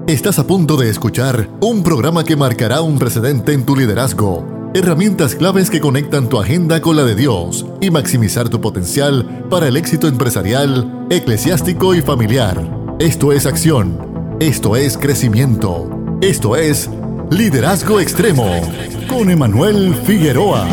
Estás a punto de escuchar un programa que marcará un precedente en tu liderazgo. Herramientas claves que conectan tu agenda con la de Dios y maximizar tu potencial para el éxito empresarial, eclesiástico y familiar. Esto es acción. Esto es crecimiento. Esto es Liderazgo Extremo con Emanuel Figueroa.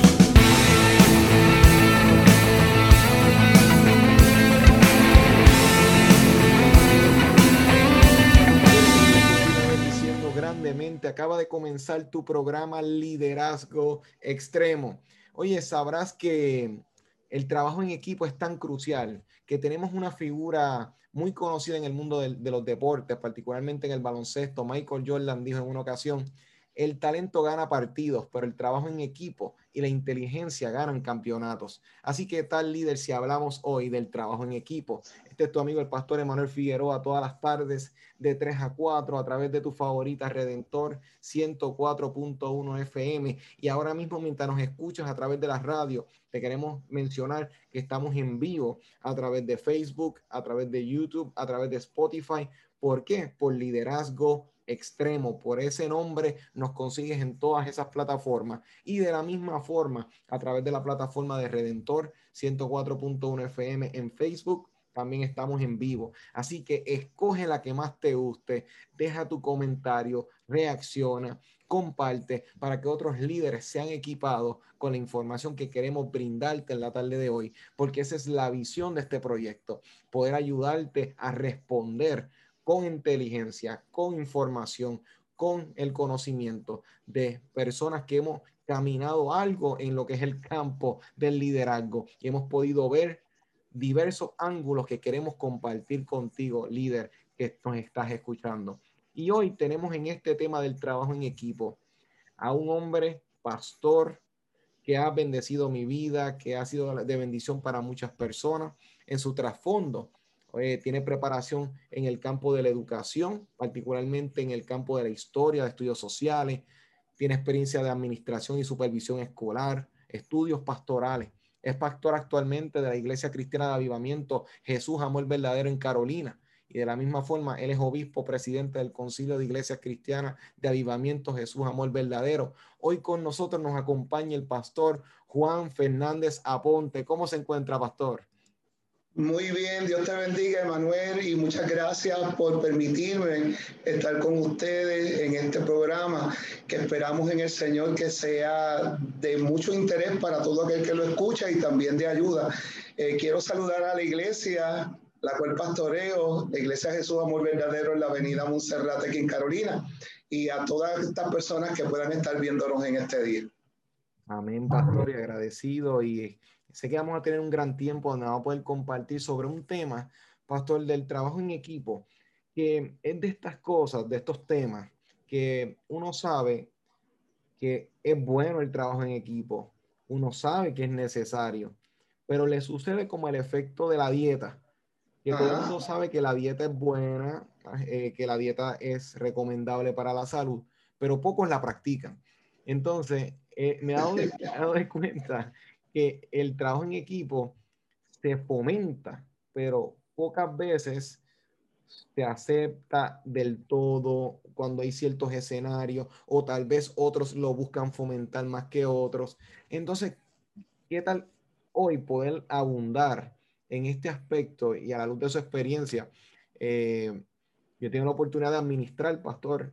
Acaba de comenzar tu programa Liderazgo Extremo. Oye, sabrás que el trabajo en equipo es tan crucial, que tenemos una figura muy conocida en el mundo de los deportes, particularmente en el baloncesto. Michael Jordan dijo en una ocasión: el talento gana partidos, pero el trabajo en equipo y la inteligencia ganan campeonatos. Así que tal, líder, si hablamos hoy del trabajo en equipo. Este es tu amigo el pastor Emanuel Figueroa, todas las tardes de 3 a 4 a través de tu favorita Redentor 104.1 FM. Y ahora mismo, mientras nos escuchas a través de la radio, te queremos mencionar que estamos en vivo a través de Facebook, a través de YouTube, a través de Spotify. ¿Por qué? Por Liderazgo Extremo. Por ese nombre nos consigues en todas esas plataformas. Y de la misma forma, a través de la plataforma de Redentor 104.1 FM en Facebook, también estamos en vivo. Así que escoge la que más te guste, deja tu comentario, reacciona, comparte para que otros líderes sean equipados con la información que queremos brindarte en la tarde de hoy, porque esa es la visión de este proyecto, poder ayudarte a responder con inteligencia, con información, con el conocimiento de personas que hemos caminado algo en lo que es el campo del liderazgo y hemos podido ver diversos ángulos que queremos compartir contigo, líder, que nos estás escuchando. Y hoy tenemos en este tema del trabajo en equipo a un hombre pastor que ha bendecido mi vida, que ha sido de bendición para muchas personas. En su trasfondo tiene preparación en el campo de la educación, particularmente en el campo de la historia, de estudios sociales. Tiene experiencia de administración y supervisión escolar, estudios pastorales. Es pastor actualmente de la Iglesia Cristiana de Avivamiento Jesús Amor Verdadero en Carolina. Y de la misma forma, él es obispo presidente del Concilio de Iglesias Cristianas de Avivamiento Jesús Amor Verdadero. Hoy con nosotros nos acompaña el pastor Juan Fernández Aponte. ¿Cómo se encuentra, pastor? Muy bien, Dios te bendiga, Emanuel, y muchas gracias por permitirme estar con ustedes en este programa que esperamos en el Señor que sea de mucho interés para todo aquel que lo escucha y también de ayuda. Quiero saludar a la iglesia, la cual pastoreo, la Iglesia Jesús Amor Verdadero en la avenida Montserrat aquí en Carolina, y a todas estas personas que puedan estar viéndonos en este día. Amén, pastor, y agradecido. Y sé que vamos a tener un gran tiempo donde vamos a poder compartir sobre un tema, pastor, del trabajo en equipo, que es de estas cosas, de estos temas, que uno sabe que es bueno el trabajo en equipo, uno sabe que es necesario, pero le sucede como el efecto de la dieta, que todo el mundo sabe que la dieta es buena, que la dieta es recomendable para la salud, pero pocos la practican. Entonces, me he dado de cuenta que el trabajo en equipo se fomenta, pero pocas veces se acepta del todo cuando hay ciertos escenarios, o tal vez otros lo buscan fomentar más que otros. Entonces, ¿qué tal hoy poder abundar en este aspecto y a la luz de su experiencia? Yo tengo la oportunidad de administrar, pastor,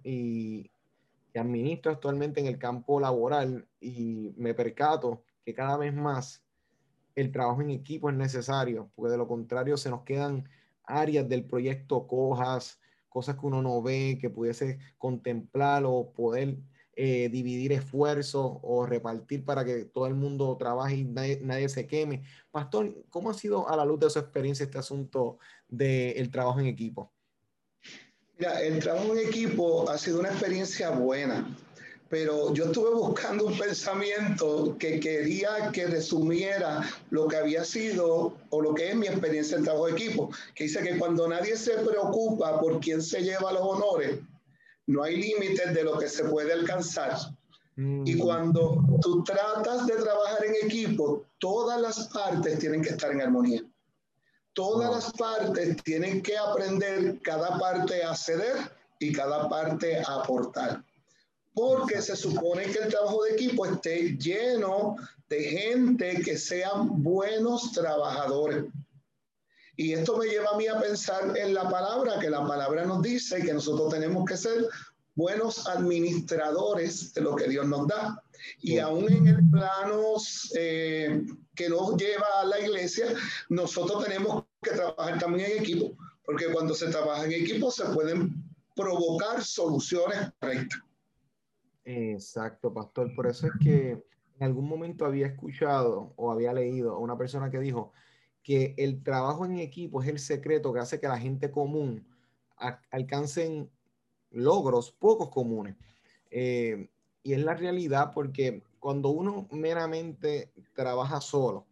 y administro actualmente en el campo laboral y me percato que cada vez más el trabajo en equipo es necesario, porque de lo contrario se nos quedan áreas del proyecto cojas, cosas que uno no ve, que pudiese contemplar o poder dividir esfuerzos o repartir para que todo el mundo trabaje y nadie se queme. Pastor, ¿cómo ha sido a la luz de su experiencia este asunto del trabajo en equipo? Mira, el trabajo en equipo ha sido una experiencia buena, pero yo estuve buscando un pensamiento que quería que resumiera lo que había sido o lo que es mi experiencia en trabajo de equipo, que dice que cuando nadie se preocupa por quién se lleva los honores, no hay límites de lo que se puede alcanzar. Y cuando tú tratas de trabajar en equipo, todas las partes tienen que estar en armonía. Todas las partes tienen que aprender cada parte a ceder y cada parte aportar. Porque se supone que el trabajo de equipo esté lleno de gente que sean buenos trabajadores. Y esto me lleva a mí a pensar en la palabra, que la palabra nos dice que nosotros tenemos que ser buenos administradores de lo que Dios nos da. Y aún en el plano que nos lleva a la iglesia, nosotros tenemos que trabajar también en equipo, porque cuando se trabaja en equipo se pueden provocar soluciones correctas. Exacto, pastor. Por eso es que en algún momento había escuchado o había leído a una persona que dijo que el trabajo en equipo es el secreto que hace que la gente común alcancen logros pocos comunes. Y es la realidad, porque cuando uno meramente trabaja solo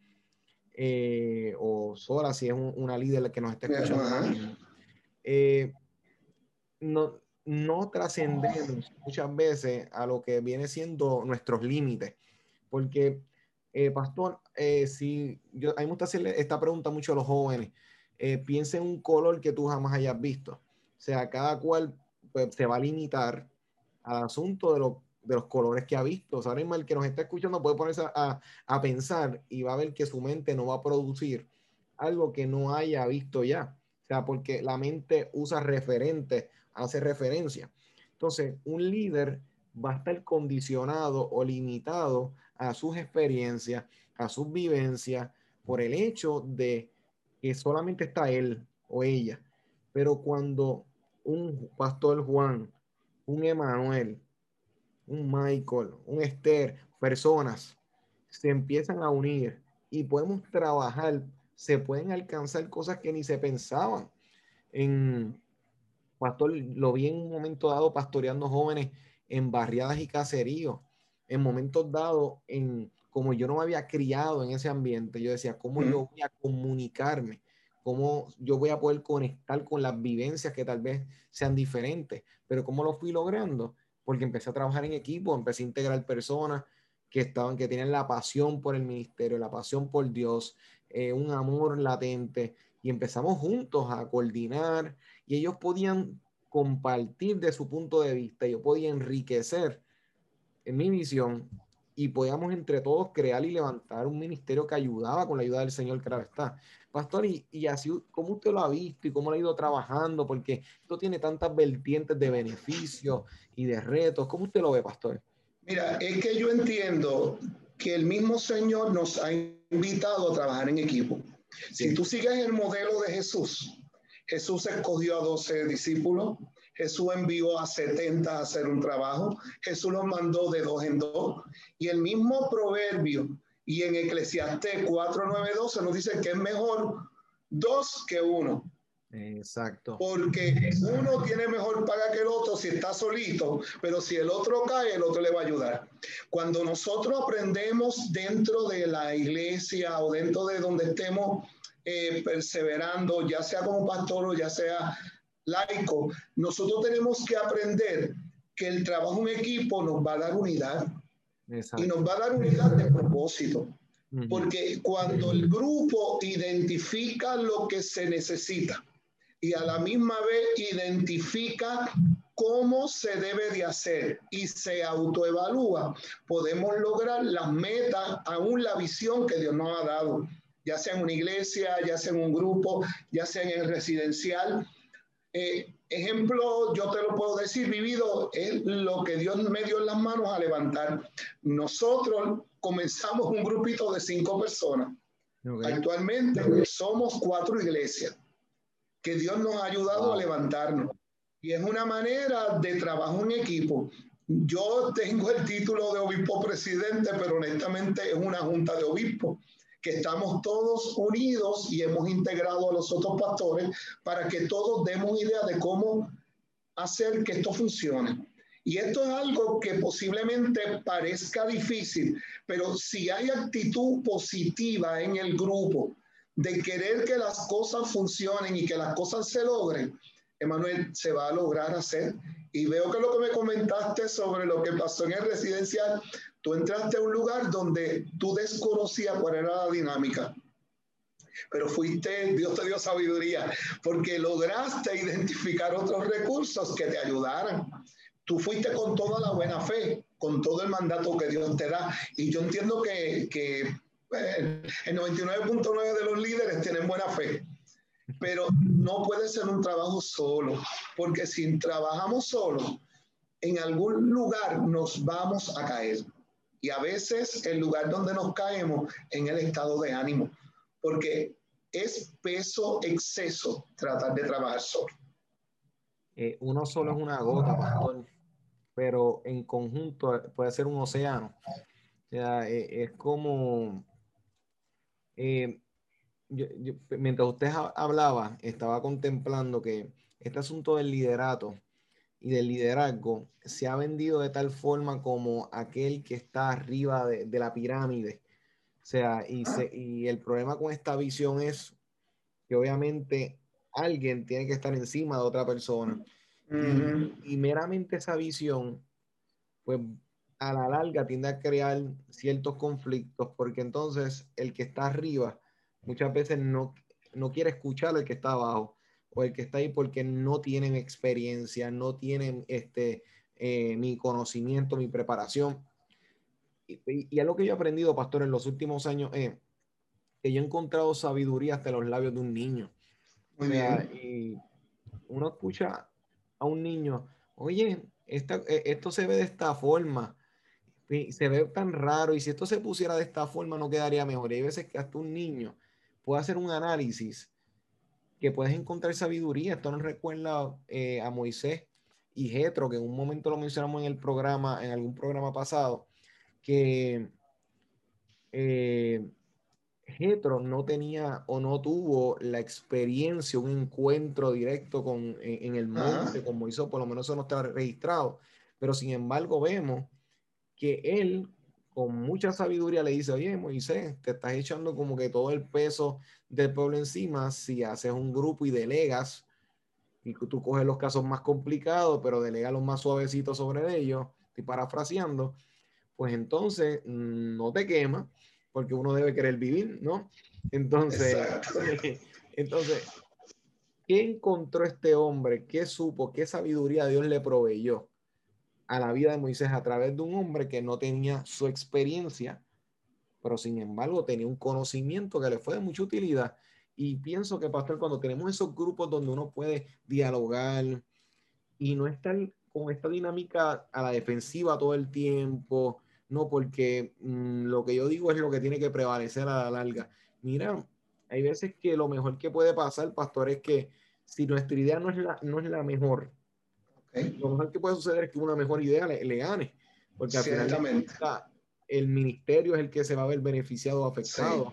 o sola, si es una líder que nos está escuchando, no trascendemos muchas veces a lo que viene siendo nuestros límites. Porque, pastor, si a mí me gusta hacerle esta pregunta mucho a los jóvenes, piensa en un color que tú jamás hayas visto. O sea, cada cual pues, se va a limitar al asunto de los colores que ha visto. O sea, ahora mismo el que nos está escuchando puede ponerse a pensar y va a ver que su mente no va a producir algo que no haya visto ya. O sea, porque la mente usa referentes, hace referencia. Entonces, un líder va a estar condicionado o limitado a sus experiencias, a sus vivencias, por el hecho de que solamente está él o ella. Pero cuando un pastor Juan, un Emanuel, un Michael, un Esther, personas se empiezan a unir y podemos trabajar, se pueden alcanzar cosas que ni se pensaban. En pastor, lo vi en un momento dado pastoreando jóvenes en barriadas y caseríos, en momentos dados, como yo no me había criado en ese ambiente, yo decía, ¿cómo yo voy a comunicarme? ¿Cómo yo voy a poder conectar con las vivencias que tal vez sean diferentes? Pero ¿cómo lo fui logrando? Porque empecé a trabajar en equipo, empecé a integrar personas que tienen la pasión por el ministerio, la pasión por Dios, un amor latente, y empezamos juntos a coordinar, y ellos podían compartir de su punto de vista, yo podía enriquecer en mi visión, y podíamos entre todos crear y levantar un ministerio que ayudaba con la ayuda del Señor, claro está. Pastor, y así, ¿cómo usted lo ha visto y cómo lo ha ido trabajando? Porque esto tiene tantas vertientes de beneficios y de retos. ¿Cómo usted lo ve, pastor? Mira, es que yo entiendo que el mismo Señor nos ha invitado a trabajar en equipo. Sí. Si tú sigues el modelo de Jesús, Jesús escogió a 12 discípulos, Jesús envió a 70 a hacer un trabajo, Jesús los mandó de 2 en 2, y el mismo proverbio, y en Eclesiastés 4:9-12 nos dice que es mejor 2 que 1. Exacto. Porque uno tiene mejor paga que el otro si está solito, pero si el otro cae, el otro le va a ayudar. Cuando nosotros aprendemos dentro de la iglesia o dentro de donde estemos perseverando, ya sea como pastor o ya sea laico, nosotros tenemos que aprender que el trabajo en equipo nos va a dar unidad. Exacto. Y nos va a dar unidad de propósito. Porque cuando el grupo identifica lo que se necesita y a la misma vez identifica cómo se debe de hacer y se autoevalúa, podemos lograr las metas, aún la visión que Dios nos ha dado, ya sea en una iglesia, ya sea en un grupo, ya sea en el residencial. Ejemplo, yo te lo puedo decir, vivido, es lo que Dios me dio en las manos a levantar. Nosotros comenzamos un grupito de 5 personas. Okay. Actualmente somos 4 iglesias que Dios nos ha ayudado a levantarnos. Y es una manera de trabajo en equipo. Yo tengo el título de obispo presidente, pero honestamente es una junta de obispos, que estamos todos unidos y hemos integrado a los otros pastores para que todos demos idea de cómo hacer que esto funcione. Y esto es algo que posiblemente parezca difícil, pero si hay actitud positiva en el grupo de querer que las cosas funcionen y que las cosas se logren, Emanuel, se va a lograr hacer. Y veo que lo que me comentaste sobre lo que pasó en el residencial, tú entraste a un lugar donde tú desconocías cuál era la dinámica. pero Dios te dio sabiduría, porque lograste identificar otros recursos que te ayudaran. Tú fuiste con toda la buena fe, con todo el mandato que Dios te da. Y yo entiendo que el 99.9 de los líderes tienen buena fe, pero no puede ser un trabajo solo, porque si trabajamos solo, en algún lugar nos vamos a caer. Y a veces el lugar donde nos caemos en el estado de ánimo, porque es peso exceso tratar de trabajar solo. Uno solo es una gota, pastor, pero en conjunto puede ser un océano. O sea, es como, eh, mientras usted hablaba, estaba contemplando que este asunto del liderato y del liderazgo se ha vendido de tal forma como aquel que está arriba de la pirámide. O sea, y el problema con esta visión es que obviamente alguien tiene que estar encima de otra persona. Y meramente esa visión, pues a la larga tiende a crear ciertos conflictos, porque entonces el que está arriba muchas veces no quiere escuchar al que está abajo, o el que está ahí porque no tienen experiencia, no tienen mi conocimiento, mi preparación. Y algo que yo he aprendido, pastor, en los últimos años es que yo he encontrado sabiduría hasta en los labios de un niño. Muy bien. Y uno escucha a un niño, oye, esto se ve de esta forma, y se ve tan raro, y si esto se pusiera de esta forma no quedaría mejor. Y hay veces que hasta un niño puede hacer un análisis que puedes encontrar sabiduría. Esto nos recuerda a Moisés y Jetro, que en un momento lo mencionamos en el programa, en algún programa pasado, que Jetro no tenía o no tuvo la experiencia, un encuentro directo en el monte con Moisés, por lo menos eso no está registrado, pero sin embargo vemos que él con mucha sabiduría le dice, oye Moisés, te estás echando como que todo el peso del pueblo encima si haces un grupo y delegas, y tú coges los casos más complicados, pero delegas los más suavecitos sobre ellos, estoy parafraseando, pues entonces no te quema, porque uno debe querer vivir, ¿no? Entonces, entonces, ¿qué encontró este hombre? ¿Qué supo? ¿Qué sabiduría Dios le proveyó a la vida de Moisés a través de un hombre que no tenía su experiencia, pero sin embargo tenía un conocimiento que le fue de mucha utilidad? Y pienso que, pastor, cuando tenemos esos grupos donde uno puede dialogar y no estar con esta dinámica a la defensiva todo el tiempo, no, porque lo que yo digo es lo que tiene que prevalecer a la larga. Mira, hay veces que lo mejor que puede pasar, pastor, es que si nuestra idea no es la mejor, lo mejor que puede suceder es que una mejor idea le gane, porque al final de cuentas, el ministerio es el que se va a ver beneficiado o afectado.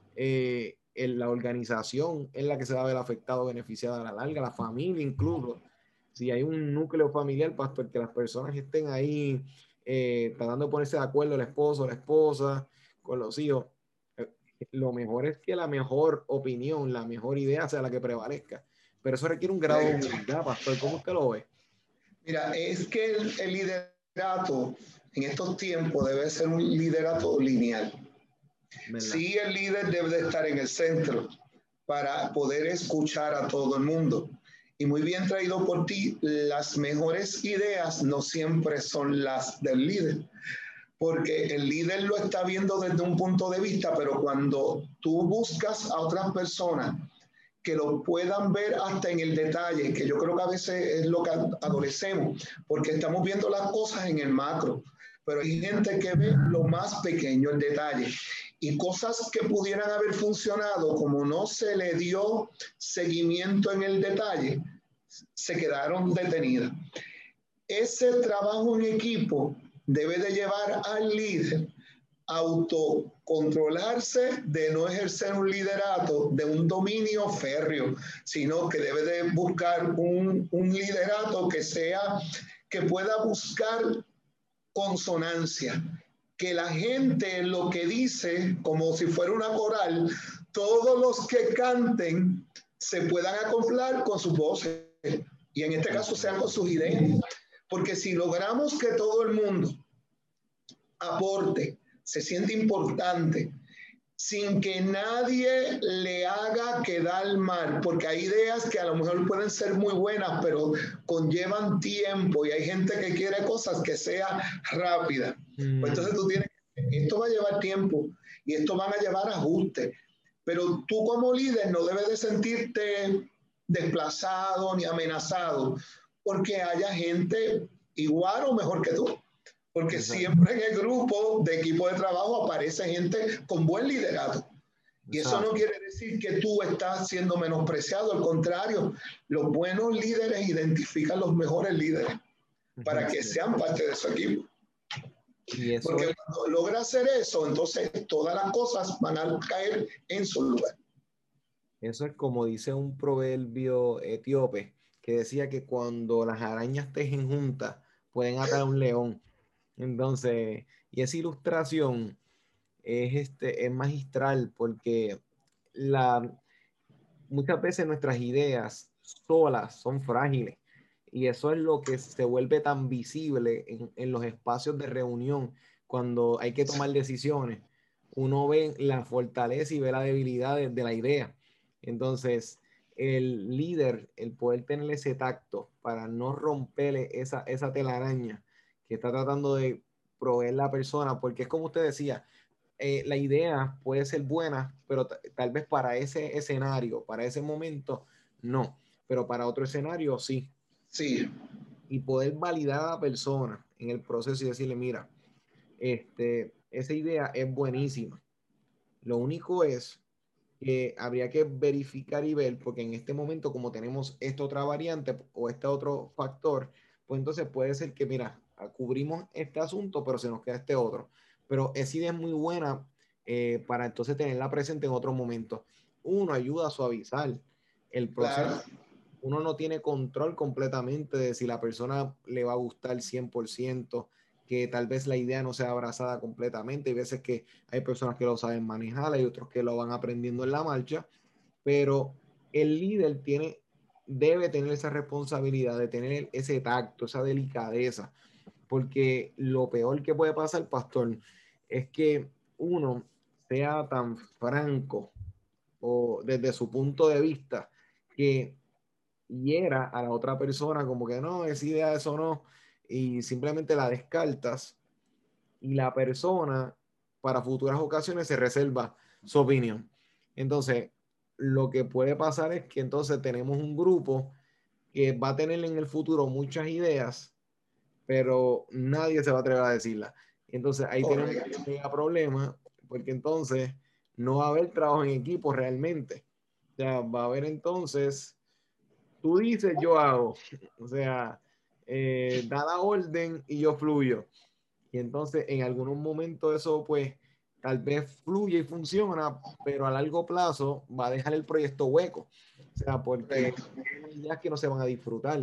La organización es la que se va a ver afectado o beneficiada a la larga, la familia incluso. Si hay un núcleo familiar, pastor, que las personas estén ahí tratando de ponerse de acuerdo, el esposo, la esposa, con los hijos, lo mejor es que la mejor opinión, la mejor idea sea la que prevalezca. Pero eso requiere un grado de humildad, pastor. ¿Cómo usted lo ve? Mira, es que el liderato en estos tiempos debe ser un liderato lineal. ¿Verdad? Sí, el líder debe de estar en el centro para poder escuchar a todo el mundo. Y muy bien traído por ti, las mejores ideas no siempre son las del líder, porque el líder lo está viendo desde un punto de vista, pero cuando tú buscas a otras personas que lo puedan ver hasta en el detalle, que yo creo que a veces es lo que adolecemos, porque estamos viendo las cosas en el macro, pero hay gente que ve lo más pequeño, el detalle, y cosas que pudieran haber funcionado, como no se le dio seguimiento en el detalle, se quedaron detenidas. Ese trabajo en equipo debe de llevar al líder a autocontrolarse, de no ejercer un liderato de un dominio férreo, sino que debe de buscar un liderato que pueda buscar consonancia, que la gente lo que dice, como si fuera una coral, todos los que canten se puedan acoplar con sus voces, y en este caso sean con sus ideas, porque si logramos que todo el mundo aporte, se siente importante, sin que nadie le haga quedar mal, porque hay ideas que a lo mejor pueden ser muy buenas, pero conllevan tiempo y hay gente que quiere cosas que sean rápidas. Pues entonces tú tienes, esto va a llevar tiempo y esto van a llevar ajustes, pero tú como líder no debes de sentirte desplazado ni amenazado porque haya gente igual o mejor que tú. Porque siempre en el grupo de equipo de trabajo aparece gente con buen liderazgo. Y eso no quiere decir que tú estás siendo menospreciado, al contrario, los buenos líderes identifican los mejores líderes para que sean parte de su equipo. Y eso porque cuando logra hacer eso, entonces todas las cosas van a caer en su lugar. Eso es como dice un proverbio etíope que decía que cuando las arañas tejen juntas pueden atar a un león. Entonces, y esa ilustración es magistral porque muchas veces nuestras ideas solas son frágiles y eso es lo que se vuelve tan visible en los espacios de reunión cuando hay que tomar decisiones. Uno ve la fortaleza y ve la debilidad de la idea. Entonces, el líder, el poder tener ese tacto para no romperle esa telaraña que está tratando de proveer la persona, porque es como usted decía, la idea puede ser buena, pero tal vez para ese escenario, para ese momento, no, pero para otro escenario sí. Sí. Y poder validar a la persona en el proceso y decirle, mira, esa idea es buenísima. Lo único es que habría que verificar y ver, porque en este momento, como tenemos esta otra variante o este otro factor, pues entonces puede ser que, mira, cubrimos este asunto, pero se nos queda este otro. Pero esa idea es muy buena para entonces tenerla presente en otro momento. Uno ayuda a suavizar el proceso. Claro. Uno no tiene control completamente de si la persona le va a gustar 100%, que tal vez la idea no sea abrazada completamente. Hay veces que hay personas que lo saben manejar, hay otros que lo van aprendiendo en la marcha, pero el líder debe tener esa responsabilidad de tener ese tacto, esa delicadeza, porque lo peor que puede pasar, pastor, es que uno sea tan franco o desde su punto de vista que hiera a la otra persona como que no, esa idea, eso no, y simplemente la descartas y la persona para futuras ocasiones se reserva su opinión. Entonces, lo que puede pasar es que entonces tenemos un grupo que va a tener en el futuro muchas ideas, pero nadie se va a atrever a decirlas. Entonces, ahí tenemos un mega problema, porque entonces no va a haber trabajo en equipo realmente. O sea, va a haber entonces tú dices, yo hago. O sea, da la orden y yo fluyo. Y entonces en algunos momentos eso pues tal vez fluye y funciona, pero a largo plazo va a dejar el proyecto hueco. O sea, porque hay ideas que no se van a disfrutar.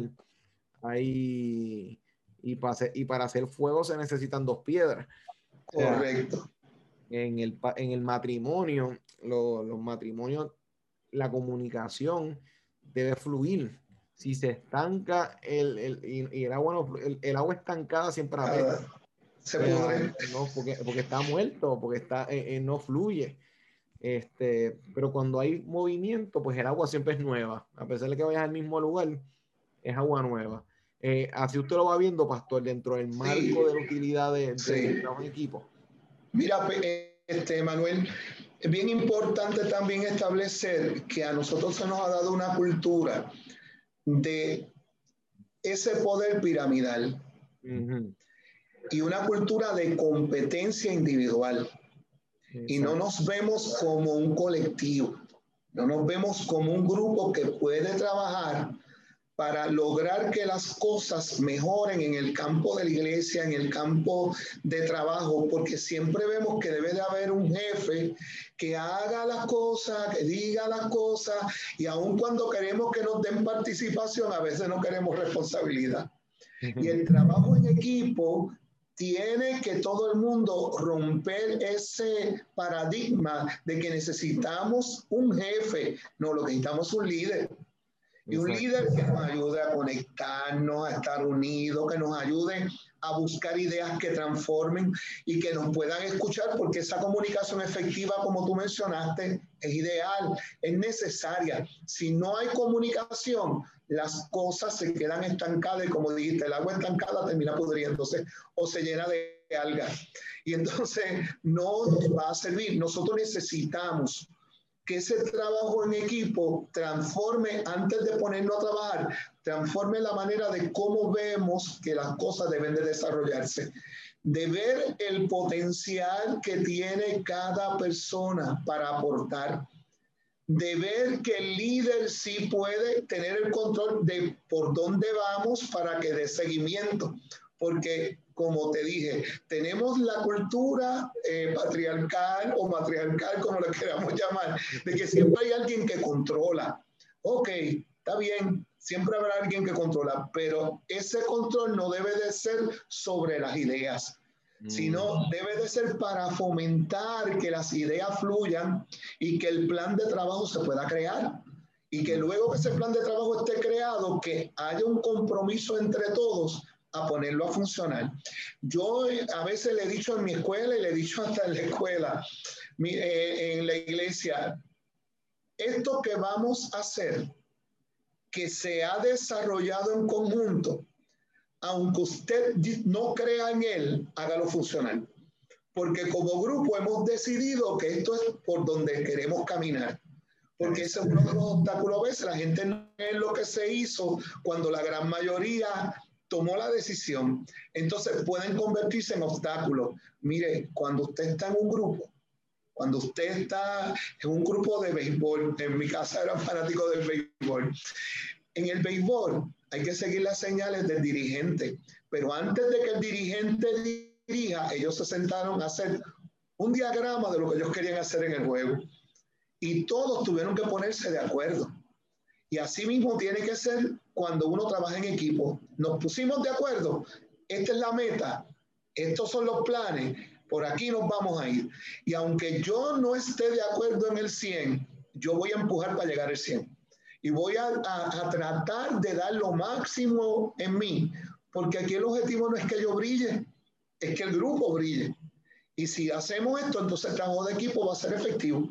Hay, y para hacer fuego se necesitan dos piedras. O sea, Correcto. en el matrimonio, los matrimonios, la comunicación debe fluir. Si se estanca y el agua, el agua estancada siempre apesta. Se pudre. No, porque está muerto, porque no fluye. Pero cuando hay movimiento, pues el agua siempre es nueva. A pesar de que vayas al mismo lugar, es agua nueva. Así usted lo va viendo, pastor, dentro del marco de la utilidad de trabajo en equipo. Mira, Manuel, es bien importante también establecer que a nosotros se nos ha dado una cultura de ese poder piramidal y una cultura de competencia individual. Exacto. Y no nos vemos como un colectivo, no nos vemos como un grupo que puede trabajar para lograr que las cosas mejoren en el campo de la iglesia, en el campo de trabajo, porque siempre vemos que debe de haber un jefe que haga las cosas, que diga las cosas, y aun cuando queremos que nos den participación, a veces no queremos responsabilidad. Y el trabajo en equipo tiene que todo el mundo romper ese paradigma de que necesitamos un jefe, no, lo que necesitamos es un líder. Y un líder que nos ayude a conectarnos, a estar unidos, que nos ayude a buscar ideas que transformen y que nos puedan escuchar, porque esa comunicación efectiva, como tú mencionaste, es ideal, es necesaria. Si no hay comunicación, las cosas se quedan estancadas y, como dijiste, el agua estancada termina pudriéndose o se llena de algas. Y entonces no va a servir. Nosotros necesitamos que ese trabajo en equipo transforme, antes de ponernos a trabajar, transforme la manera de cómo vemos que las cosas deben de desarrollarse, de ver el potencial que tiene cada persona para aportar, de ver que el líder sí puede tener el control de por dónde vamos para que dé seguimiento. Porque, como te dije, tenemos la cultura patriarcal o matriarcal, como lo queramos llamar, de que siempre hay alguien que controla. Ok, está bien, siempre habrá alguien que controla, pero ese control no debe de ser sobre las ideas, sino debe de ser para fomentar que las ideas fluyan y que el plan de trabajo se pueda crear. Y que luego que ese plan de trabajo esté creado, que haya un compromiso entre todos a ponerlo a funcionar. Yo a veces le he dicho en mi escuela y le he dicho hasta en la escuela, en la iglesia, esto que vamos a hacer, que se ha desarrollado en conjunto, aunque usted no crea en él, hágalo funcionar. Porque como grupo hemos decidido que esto es por donde queremos caminar. Porque ese es uno de los obstáculos a veces. La gente no es lo que se hizo cuando la gran mayoría tomó la decisión. Entonces pueden convertirse en obstáculos. Mire, cuando usted está en un grupo, cuando usted está en un grupo de béisbol, en mi casa eran fanáticos del béisbol, en el béisbol hay que seguir las señales del dirigente, pero antes de que el dirigente dirija, ellos se sentaron a hacer un diagrama de lo que ellos querían hacer en el juego y todos tuvieron que ponerse de acuerdo. Y así mismo tiene que ser cuando uno trabaja en equipo. Nos pusimos de acuerdo, esta es la meta, estos son los planes, por aquí nos vamos a ir. Y aunque yo no esté de acuerdo en el 100, yo voy a empujar para llegar al 100. Y voy a tratar de dar lo máximo en mí, porque aquí el objetivo no es que yo brille, es que el grupo brille. Y si hacemos esto, entonces el trabajo de equipo va a ser efectivo.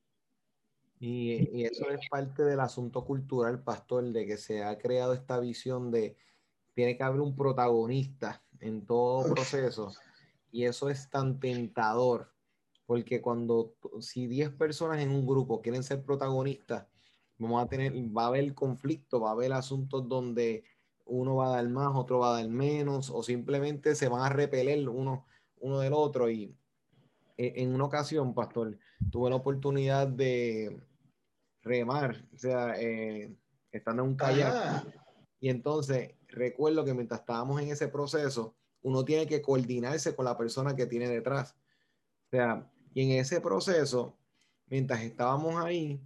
Y eso es parte del asunto cultural, pastor, de que se ha creado esta visión de tiene que haber un protagonista en todo proceso. Y eso es tan tentador, porque si 10 personas en un grupo quieren ser protagonistas, va a haber conflicto, va a haber asuntos donde uno va a dar más, otro va a dar menos, o simplemente se van a repeler uno del otro. Y en una ocasión, pastor, tuve la oportunidad de remar, o sea, estando en un kayak. Ajá. Y entonces recuerdo que mientras estábamos en ese proceso, uno tiene que coordinarse con la persona que tiene detrás. O sea, y en ese proceso, mientras estábamos ahí,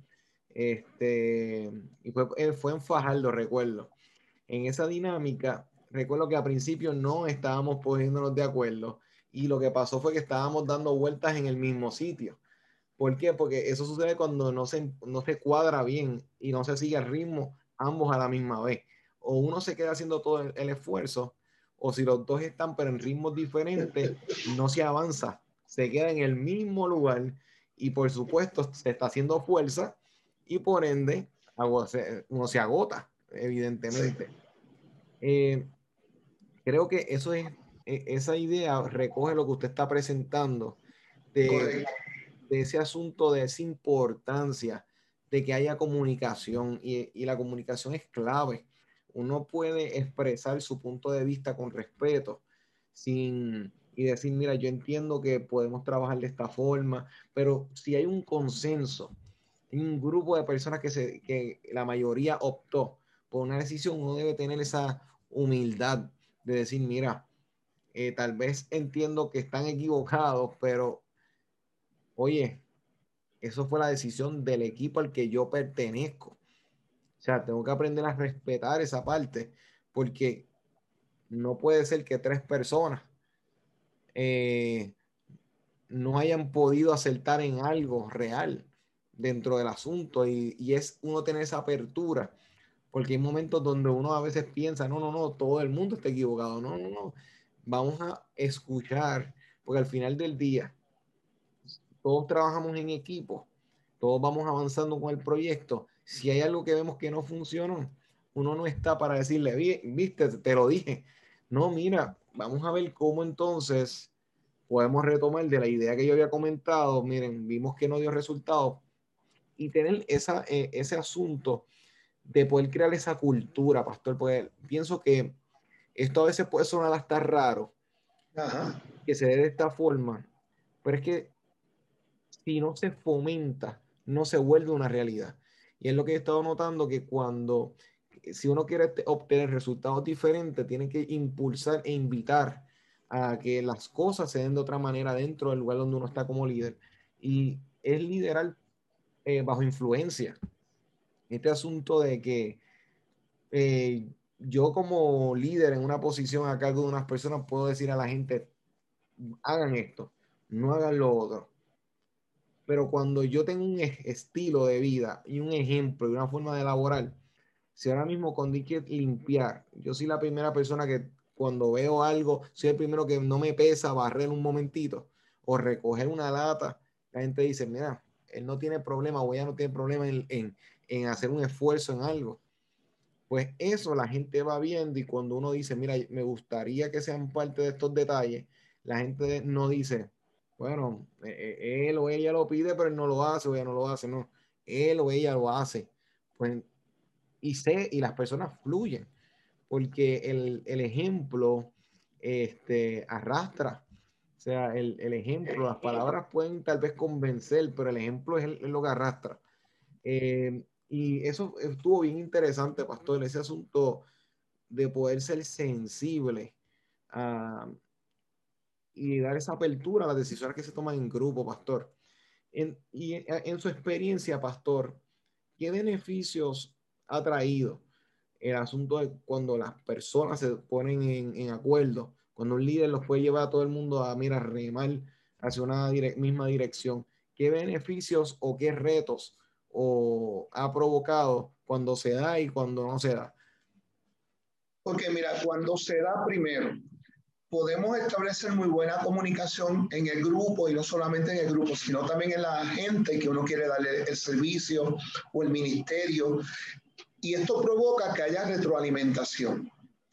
y fue en Fajardo, recuerdo. En esa dinámica, recuerdo que al principio no estábamos poniéndonos de acuerdo y lo que pasó fue que estábamos dando vueltas en el mismo sitio. ¿Por qué? Porque eso sucede cuando no se cuadra bien y no se sigue el ritmo ambos a la misma vez. O uno se queda haciendo todo el esfuerzo, o si los dos están pero en ritmos diferentes, no se avanza, se queda en el mismo lugar y por supuesto se está haciendo fuerza y por ende uno se agota, evidentemente. Eh, Creo que esa idea recoge lo que usted está presentando de, Correcto. de ese asunto, de esa importancia de que haya comunicación y la comunicación es clave. Uno puede expresar su punto de vista con respeto y decir, mira, yo entiendo que podemos trabajar de esta forma, pero si hay un consenso, hay un grupo de personas que la mayoría optó por una decisión, uno debe tener esa humildad de decir, mira, tal vez entiendo que están equivocados, pero oye, eso fue la decisión del equipo al que yo pertenezco. O sea, tengo que aprender a respetar esa parte, porque no puede ser que 3 personas eh, no hayan podido acertar en algo real dentro del asunto y es uno tener esa apertura, porque hay momentos donde uno a veces piensa, no, todo el mundo está equivocado, no, vamos a escuchar, porque al final del día todos trabajamos en equipo, todos vamos avanzando con el proyecto. Si hay algo que vemos que no funcionó, uno no está para decirle, viste, te lo dije. No, mira, vamos a ver cómo entonces podemos retomar de la idea que yo había comentado. Miren, vimos que no dio resultado y tener ese asunto de poder crear esa cultura, pastor, porque pienso que esto a veces puede sonar hasta raro, Ajá. que se dé de esta forma, pero es que si no se fomenta, no se vuelve una realidad. Y es lo que he estado notando que si uno quiere obtener resultados diferentes, tiene que impulsar e invitar a que las cosas se den de otra manera dentro del lugar donde uno está como líder. Y es liderar bajo influencia. Este asunto de que yo como líder en una posición a cargo de unas personas puedo decir a la gente, hagan esto, no hagan lo otro. Pero cuando yo tengo un estilo de vida y un ejemplo y una forma de elaborar, si ahora mismo cuando hay que limpiar, yo soy la primera persona que cuando veo algo, soy el primero que no me pesa barrer un momentito o recoger una lata, la gente dice, mira, él no tiene problema o ella no tiene problema en hacer un esfuerzo en algo. Pues eso la gente va viendo y cuando uno dice, mira, me gustaría que sean parte de estos detalles, la gente no dice, bueno, él o ella lo pide, pero él no lo hace o ella no lo hace, no, él o ella lo hace. Pues, y las personas fluyen, porque el ejemplo arrastra. O sea, el ejemplo, las palabras pueden tal vez convencer, pero el ejemplo es lo que arrastra. Y eso estuvo bien interesante, pastor, ese asunto de poder ser sensible ah, y dar esa apertura a las decisiones que se toman en grupo, pastor. En su experiencia, pastor, ¿qué beneficios ha traído el asunto de cuando las personas se ponen en acuerdo, cuando un líder los puede llevar a todo el mundo a, mira, remar hacia una misma dirección? ¿Qué beneficios o qué retos ha provocado cuando se da y cuando no se da? Porque mira, cuando se da primero, podemos establecer muy buena comunicación en el grupo y no solamente en el grupo, sino también en la gente que uno quiere darle el servicio o el ministerio. Y esto provoca que haya retroalimentación.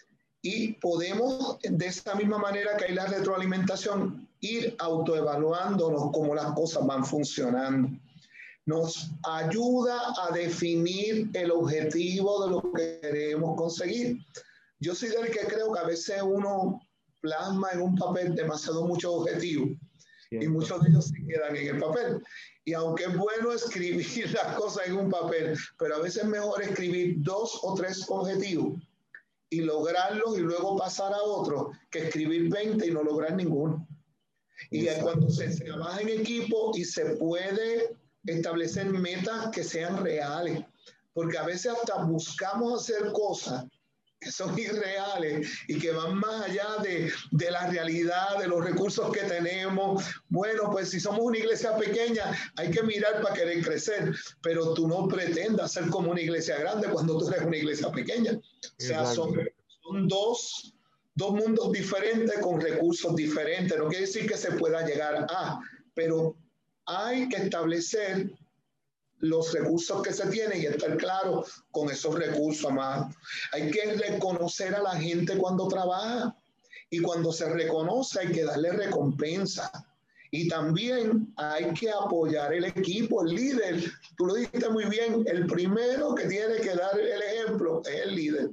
Y podemos, de esta misma manera que hay la retroalimentación, ir autoevaluándonos cómo las cosas van funcionando. Nos ayuda a definir el objetivo de lo que queremos conseguir. Yo soy del que creo que a veces uno plasma en un papel demasiado muchos objetivos. Cierto. Y muchos de ellos se quedan en el papel. Y aunque es bueno escribir las cosas en un papel, pero a veces es mejor escribir 2 o 3 objetivos y lograrlos y luego pasar a otros que escribir 20 y no lograr ninguno. Y cuando se trabaja en equipo y se puede establecer metas que sean reales, porque a veces hasta buscamos hacer cosas que son irreales y que van más allá de la realidad, de los recursos que tenemos. Bueno, pues si somos una iglesia pequeña, hay que mirar para querer crecer, pero tú no pretendas ser como una iglesia grande cuando tú eres una iglesia pequeña. O sea, son dos mundos diferentes con recursos diferentes. No quiere decir que se pueda llegar a, pero hay que establecer los recursos que se tienen y estar claro con esos recursos, amado. Hay que reconocer a la gente cuando trabaja y cuando se reconoce hay que darle recompensa. Y también hay que apoyar el equipo, el líder. Tú lo dijiste muy bien, el primero que tiene que dar el ejemplo es el líder.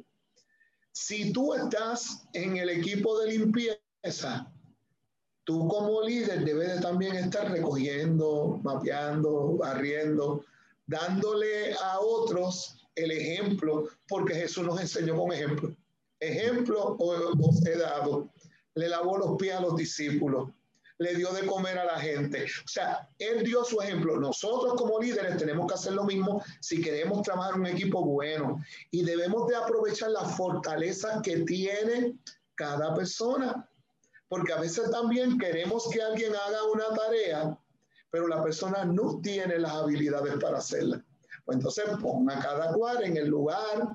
Si tú estás en el equipo de limpieza, tú como líder debes de también estar recogiendo, mapeando, barriendo, dándole a otros el ejemplo, porque Jesús nos enseñó con ejemplo. Ejemplo os he dado. Le lavó los pies a los discípulos, le dio de comer a la gente. O sea, Él dio su ejemplo. Nosotros como líderes tenemos que hacer lo mismo si queremos trabajar en un equipo bueno. Y debemos de aprovechar las fortalezas que tiene cada persona. Porque a veces también queremos que alguien haga una tarea, pero la persona no tiene las habilidades para hacerla. Pues entonces pon a cada cual en el lugar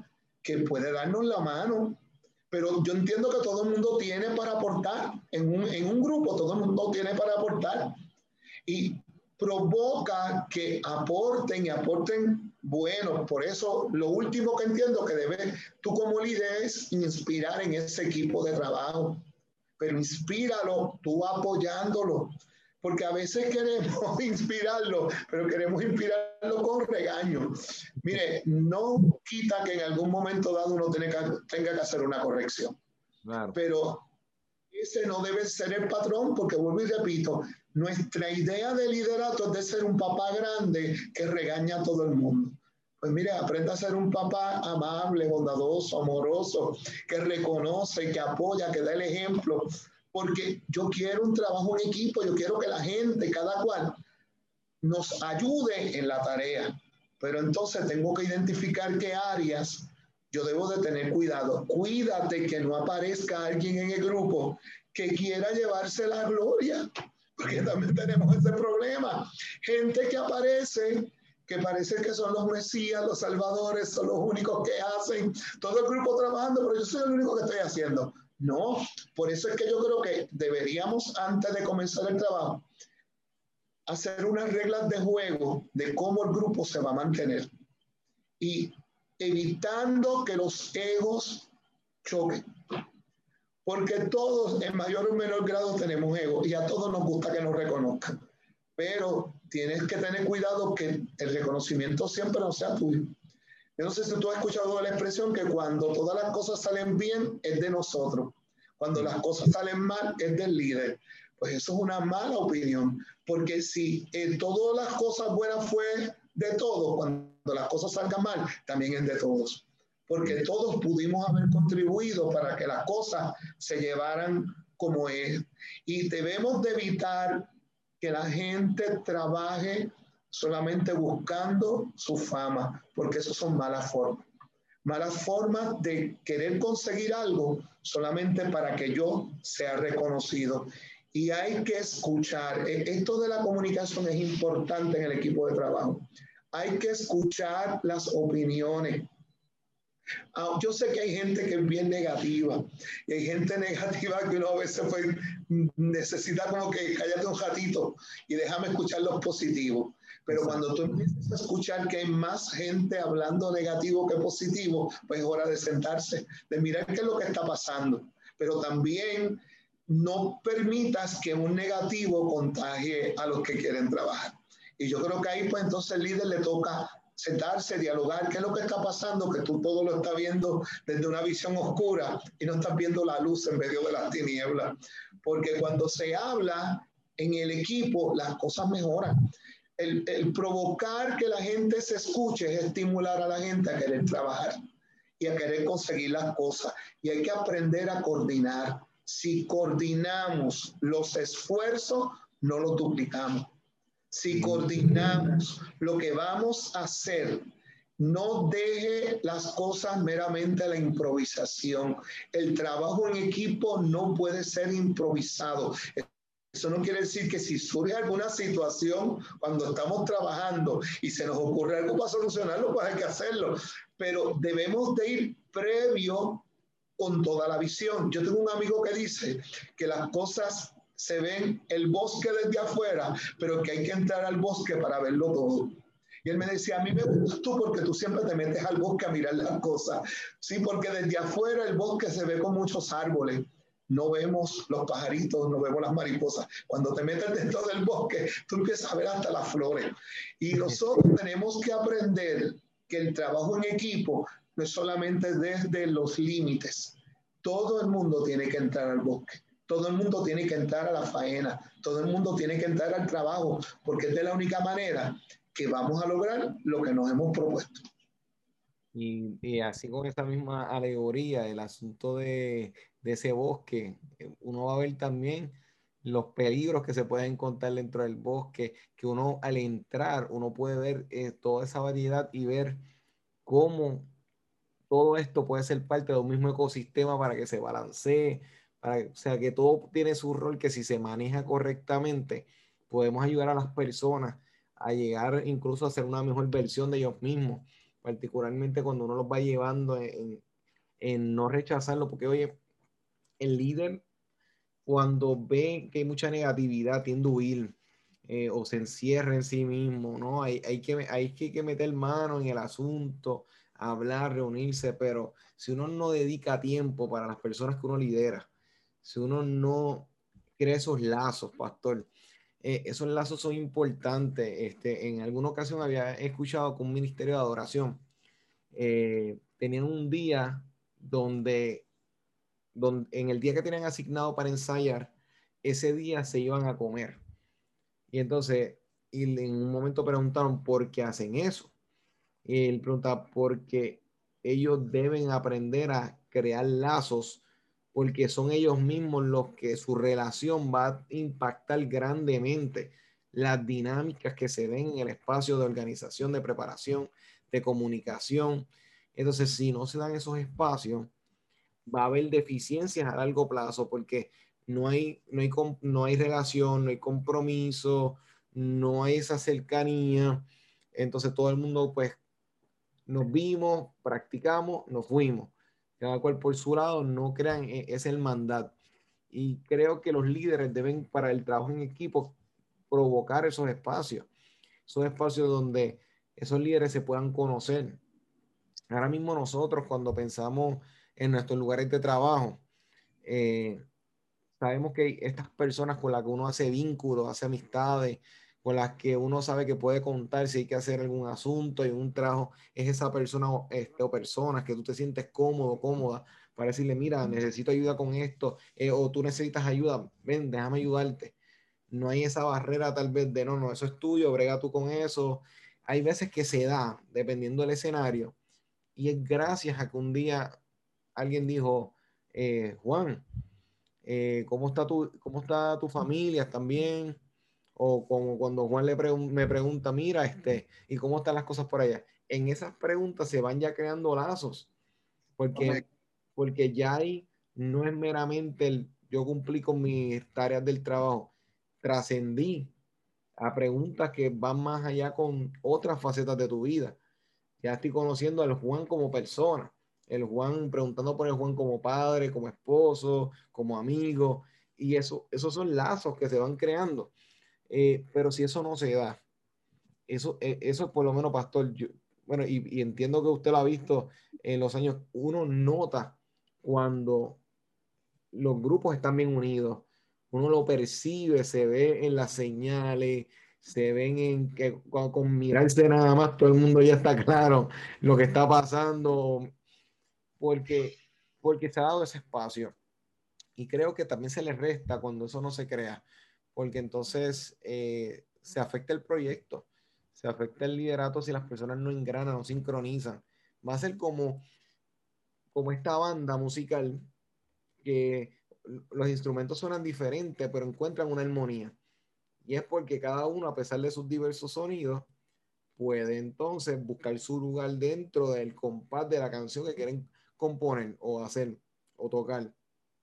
que puede darnos la mano. Pero yo entiendo que todo el mundo tiene para aportar. En un grupo todo el mundo tiene para aportar. Y provoca que aporten y aporten bueno. Por eso lo último que entiendo que debes tú como líder es inspirar en ese equipo de trabajo. Pero inspíralo tú apoyándolo. Porque a veces queremos inspirarlo, pero queremos inspirarlo con regaño. Mire, no quita que en algún momento dado uno tenga que hacer una corrección. Claro. Pero ese no debe ser el patrón, porque vuelvo y repito, nuestra idea de liderato es de ser un papá grande que regaña a todo el mundo. Pues mire, aprenda a ser un papá amable, bondadoso, amoroso, que reconoce, que apoya, que da el ejemplo. Porque yo quiero un trabajo en equipo, yo quiero que la gente, cada cual, nos ayude en la tarea. Pero entonces tengo que identificar qué áreas yo debo de tener cuidado. Cuídate que no aparezca alguien en el grupo que quiera llevarse la gloria, porque también tenemos ese problema. Gente que aparece, que parece que son los mesías, los salvadores, son los únicos que hacen, todo el grupo trabajando, pero yo soy el único que estoy haciendo. No, por eso es que yo creo que deberíamos, antes de comenzar el trabajo, hacer unas reglas de juego de cómo el grupo se va a mantener y evitando que los egos choquen. Porque todos en mayor o menor grado tenemos ego y a todos nos gusta que nos reconozcan. Pero tienes que tener cuidado que el reconocimiento siempre no sea tuyo. Yo no sé si tú has escuchado la expresión que cuando todas las cosas salen bien es de nosotros. Cuando las cosas salen mal es del líder. Pues eso es una mala opinión. Porque si en todas las cosas buenas fue de todos, cuando las cosas salgan mal, también es de todos. Porque todos pudimos haber contribuido para que las cosas se llevaran como es. Y debemos de evitar que la gente trabaje solamente buscando su fama, porque eso son malas formas. Malas formas de querer conseguir algo solamente para que yo sea reconocido. Y hay que escuchar. Esto de la comunicación es importante en el equipo de trabajo. Hay que escuchar las opiniones. Yo sé que hay gente que es bien negativa y hay gente negativa que uno a veces pues, necesita como que cállate un ratito y déjame escuchar los positivos. Pero cuando tú empiezas a escuchar que hay más gente hablando negativo que positivo, pues es hora de sentarse, de mirar qué es lo que está pasando. Pero también no permitas que un negativo contagie a los que quieren trabajar. Y yo creo que ahí pues entonces el líder le toca sentarse, dialogar, qué es lo que está pasando, que tú todo lo estás viendo desde una visión oscura y no estás viendo la luz en medio de las tinieblas. Porque cuando se habla en el equipo, las cosas mejoran. El provocar que la gente se escuche es estimular a la gente a querer trabajar y a querer conseguir las cosas. Y hay que aprender a coordinar. Si coordinamos los esfuerzos, no los duplicamos. Si coordinamos lo que vamos a hacer, no deje las cosas meramente a la improvisación. El trabajo en equipo no puede ser improvisado. Eso no quiere decir que si surge alguna situación cuando estamos trabajando y se nos ocurre algo para solucionarlo, pues hay que hacerlo. Pero debemos de ir previo con toda la visión. Yo tengo un amigo que dice que las cosas se ven el bosque desde afuera, pero que hay que entrar al bosque para verlo todo. Y él me decía, a mí me gusta tú porque tú siempre te metes al bosque a mirar las cosas. Sí, porque desde afuera el bosque se ve con muchos árboles. No vemos los pajaritos, no vemos las mariposas. Cuando te metes dentro del bosque, tú empiezas a ver hasta las flores. Y nosotros tenemos que aprender que el trabajo en equipo no es solamente desde los límites. Todo el mundo tiene que entrar al bosque. Todo el mundo tiene que entrar a la faena, todo el mundo tiene que entrar al trabajo, porque es de la única manera que vamos a lograr lo que nos hemos propuesto. Y así con esta misma alegoría, el asunto de ese bosque, uno va a ver también los peligros que se pueden encontrar dentro del bosque, que uno al entrar, uno puede ver toda esa variedad y ver cómo todo esto puede ser parte de un mismo ecosistema para que se balancee, o sea, que todo tiene su rol, que si se maneja correctamente, podemos ayudar a las personas a llegar incluso a ser una mejor versión de ellos mismos, particularmente cuando uno los va llevando en no rechazarlo, porque oye, el líder cuando ve que hay mucha negatividad tiende a huir o se encierra en sí mismo, ¿no? Hay que meter mano en el asunto, hablar, reunirse, pero si uno no dedica tiempo para las personas que uno lidera, si uno no crea esos lazos, pastor, esos lazos son importantes. En alguna ocasión había escuchado que un ministerio de adoración tenían un día donde en el día que tenían asignado para ensayar, ese día se iban a comer. Y entonces, en un momento preguntaron por qué hacen eso. Y él preguntaba porque ellos deben aprender a crear lazos, porque son ellos mismos los que su relación va a impactar grandemente las dinámicas que se den en el espacio de organización, de preparación, de comunicación. Entonces, si no se dan esos espacios, va a haber deficiencias a largo plazo porque no hay relación, no hay compromiso, no hay esa cercanía. Entonces todo el mundo pues nos vimos, practicamos, nos fuimos. Cada cual por su lado, no crean ese hermandad. Y creo que los líderes deben, para el trabajo en equipo, provocar esos espacios donde esos líderes se puedan conocer. Ahora mismo nosotros cuando pensamos en nuestros lugares de trabajo, eh, sabemos que estas personas con las que uno hace vínculos, hace amistades, con las que uno sabe que puede contar si hay que hacer algún asunto y un trabajo, es esa persona o personas que tú te sientes cómodo, cómoda, para decirle, mira, necesito ayuda con esto, o tú necesitas ayuda, ven, déjame ayudarte. No hay esa barrera tal vez de, no, no, eso es tuyo, brega tú con eso. Hay veces que se da, dependiendo del escenario, y es gracias a que un día alguien dijo, Juan, ¿cómo está tu familia? ¿Están bien? O como cuando Juan me pregunta, mira, ¿y cómo están las cosas por allá? En esas preguntas se van ya creando lazos, porque, porque ya ahí no es meramente el yo cumplí con mis tareas del trabajo, trascendí a preguntas que van más allá con otras facetas de tu vida. Ya estoy conociendo al Juan como persona, el Juan preguntando por el Juan como padre, como esposo, como amigo, y esos son lazos que se van creando. Pero si eso no se da, eso por lo menos, pastor, bueno, y entiendo que usted lo ha visto en los años, uno nota cuando los grupos están bien unidos, uno lo percibe, se ve en las señales, se ven en que con mirarse nada más todo el mundo ya está claro lo que está pasando, porque, porque se ha dado ese espacio. Y creo que también se le resta cuando eso no se crea, porque entonces se afecta el proyecto, se afecta el liderato si las personas no engranan, no sincronizan. Va a ser como esta banda musical que los instrumentos suenan diferentes, pero encuentran una armonía. Y es porque cada uno, a pesar de sus diversos sonidos, puede entonces buscar su lugar dentro del compás de la canción que quieren componer o hacer o tocar.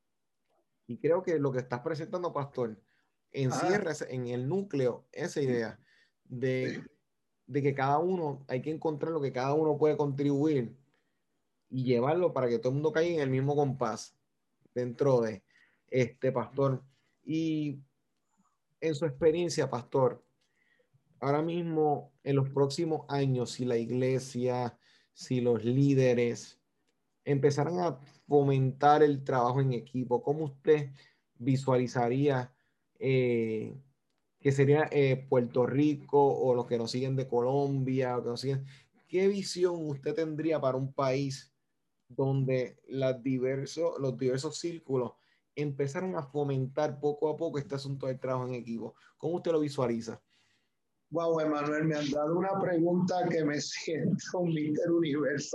Y creo que lo que estás presentando, Pastor, Ah, encierra en el núcleo esa idea de, de que cada uno, hay que encontrar lo que cada uno puede contribuir y llevarlo para que todo el mundo caiga en el mismo compás dentro de este pastor. Y en su experiencia, pastor, ahora mismo, en los próximos años, si la iglesia, si los líderes empezaran a fomentar el trabajo en equipo, ¿cómo usted visualizaría eh, que sería Puerto Rico o los que nos siguen de Colombia o que nos siguen? ¿Qué visión usted tendría para un país donde los diversos círculos empezaron a fomentar poco a poco este asunto del trabajo en equipo? ¿Cómo usted lo visualiza? wow, Emanuel, me han dado una pregunta que me siento un Mister Universo.